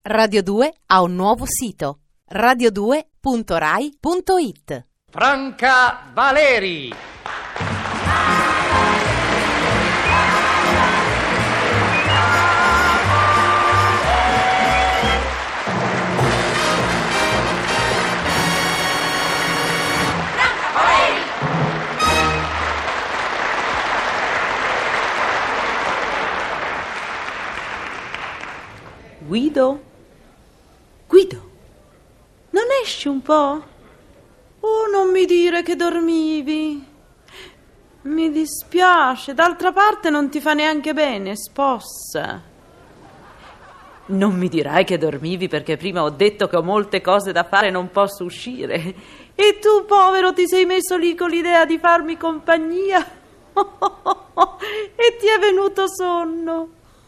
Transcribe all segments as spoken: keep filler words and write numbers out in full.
Radio due ha un nuovo sito: radio due punto rai punto it. Franca Valeri. Guido? Guido? Non esci un po'? Oh, non mi dire che dormivi. Mi dispiace, d'altra parte non ti fa neanche bene, spossa. Non mi dirai che dormivi perché prima ho detto che ho molte cose da fare e non posso uscire. E tu, povero, ti sei messo lì con l'idea di farmi compagnia? E ti è venuto sonno.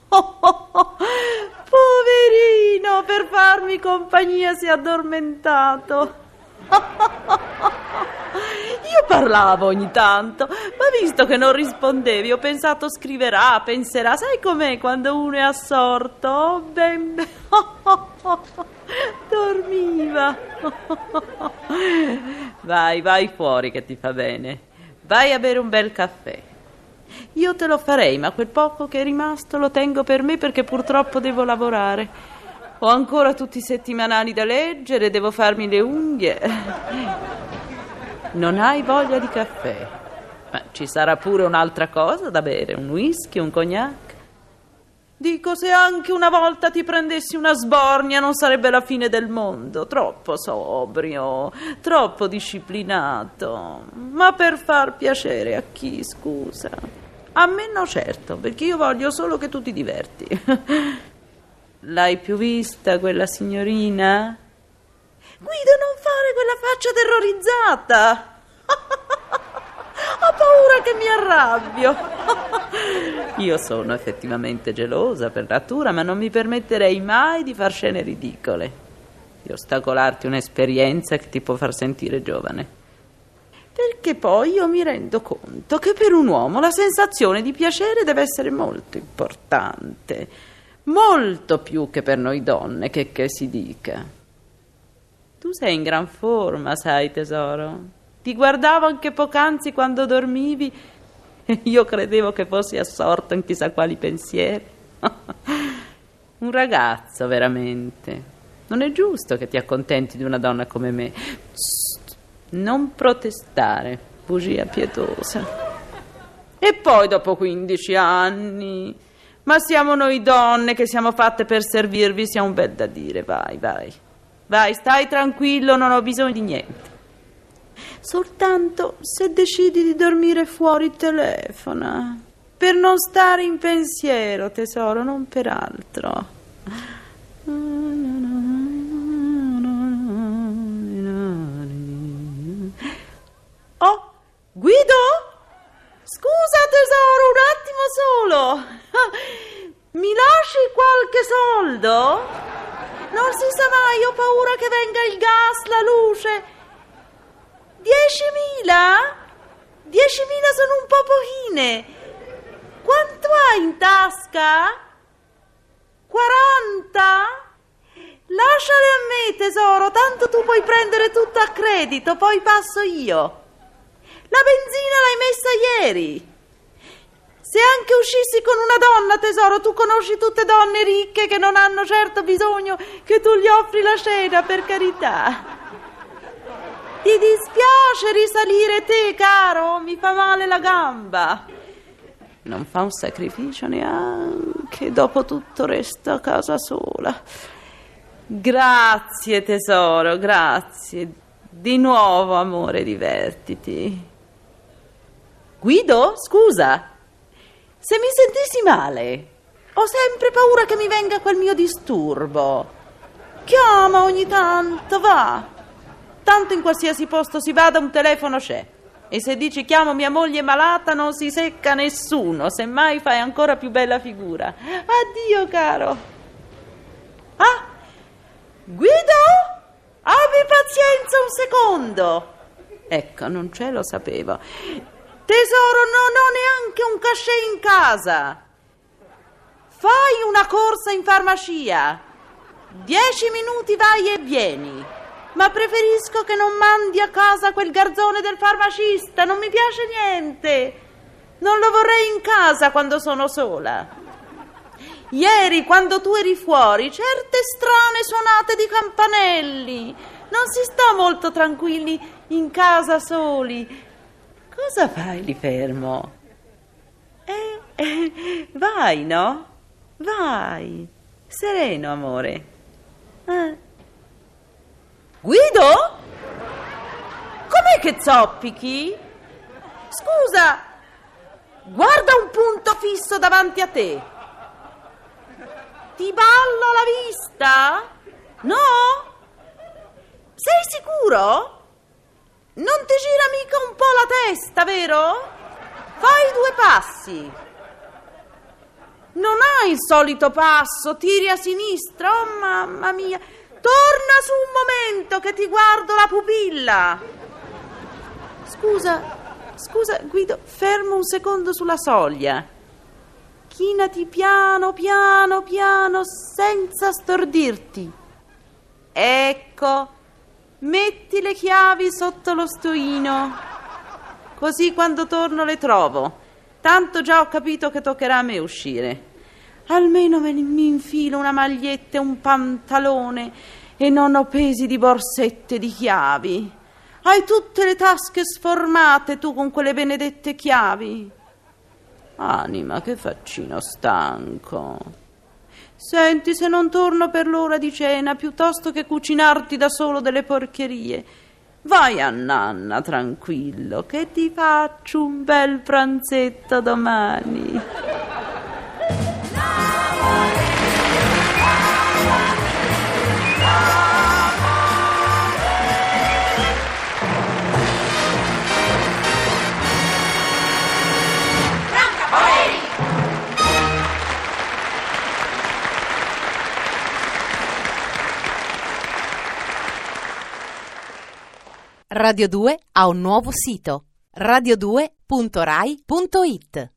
Poverino, per farmi compagnia si è addormentato. Io parlavo ogni tanto, ma visto che non rispondevi ho pensato scriverà, penserà. Sai com'è quando uno è assorto? Oh, ben... dormiva. Vai, vai fuori che ti fa bene. Vai a bere un bel caffè. Io te lo farei, ma quel poco che è rimasto lo tengo per me perché purtroppo devo lavorare. Ho ancora tutti i settimanali da leggere, devo farmi le unghie. Non hai voglia di caffè? Ma ci sarà pure un'altra cosa da bere, un whisky, un cognac? Dico, se anche una volta ti prendessi una sbornia non sarebbe la fine del mondo. Troppo sobrio, troppo disciplinato. Ma per far piacere a chi, scusa? A me no, certo, perché io voglio solo che tu ti diverti. L'hai più vista quella signorina? Guido, non fare quella faccia terrorizzata. Ho paura che mi arrabbio. Io sono effettivamente gelosa per natura, ma non mi permetterei mai di far scene ridicole, di ostacolarti un'esperienza che ti può far sentire giovane. Perché poi io mi rendo conto che per un uomo la sensazione di piacere deve essere molto importante, molto più che per noi donne, che che si dica. Tu sei in gran forma, sai, tesoro. Ti guardavo anche poc'anzi quando dormivi e io credevo che fossi assorto in chissà quali pensieri. Un ragazzo, veramente. Non è giusto che ti accontenti di una donna come me. Psst, non protestare, bugia pietosa. E poi dopo quindici anni... Ma siamo noi donne che siamo fatte per servirvi, sia un bel da dire. Vai, vai. Vai, stai tranquillo, non ho bisogno di niente. Soltanto se decidi di dormire fuori telefona, per non stare in pensiero, tesoro, non per altro. Oh, Guido? Scusa, tesoro, un attimo solo. Mi lasci qualche soldo? Non si sa mai, ho paura che venga il gas, la luce. Diecimila? Diecimila sono un po' pochine. Quanto hai in tasca? Quaranta? Lasciale a me, tesoro, tanto tu puoi prendere tutto a credito, poi passo io. La benzina l'hai messa ieri. Se anche uscissi con una donna, tesoro, tu conosci tutte donne ricche che non hanno certo bisogno che tu gli offri la cena, per carità. Ti dispiace risalire te, caro? Mi fa male la gamba. Non fa un sacrificio neanche, dopo tutto resta a casa sola. Grazie, tesoro, grazie. Di nuovo, amore, divertiti. Guido, scusa. Se mi sentissi male, ho sempre paura che mi venga quel mio disturbo. Chiama ogni tanto, va. Tanto in qualsiasi posto si vada un telefono c'è. E se dici chiamo mia moglie malata non si secca nessuno, semmai fai ancora più bella figura. Addio, caro. Ah, Guido? Abbi pazienza un secondo. Ecco, non ce lo sapevo. Tesoro, non ho neanche un cachet in casa. Fai una corsa in farmacia. Dieci minuti vai e vieni. Ma preferisco che non mandi a casa quel garzone del farmacista, non mi piace niente. Non lo vorrei in casa quando sono sola. Ieri, quando tu eri fuori, certe strane suonate di campanelli. Non si sta molto tranquilli in casa soli. Cosa fai lì fermo? Eh, eh, vai, no? Vai. Sereno, amore. Eh. Guido? Com'è che zoppichi? Scusa, guarda un punto fisso davanti a te. Ti ballo la vista? No? Sei sicuro? Non ti gira mica un po' la testa, vero? Fai due passi. Non hai il solito passo, tiri a sinistra, oh mamma mia. Torna su un momento che ti guardo la pupilla. Scusa, scusa Guido, fermo un secondo sulla soglia. Chinati piano, piano, piano, senza stordirti. Ecco, metti le chiavi sotto lo stoino, così quando torno le trovo. Tanto già ho capito che toccherà a me uscire. Almeno me ne, mi infilo una maglietta e un pantalone e non ho pesi di borsette di chiavi. Hai tutte le tasche sformate tu con quelle benedette chiavi. Anima, che faccino stanco. Senti, se non torno per l'ora di cena, piuttosto che cucinarti da solo delle porcherie, vai a nanna tranquillo, che ti faccio un bel pranzetto domani. Radio due ha un nuovo sito, radio due punto rai punto it.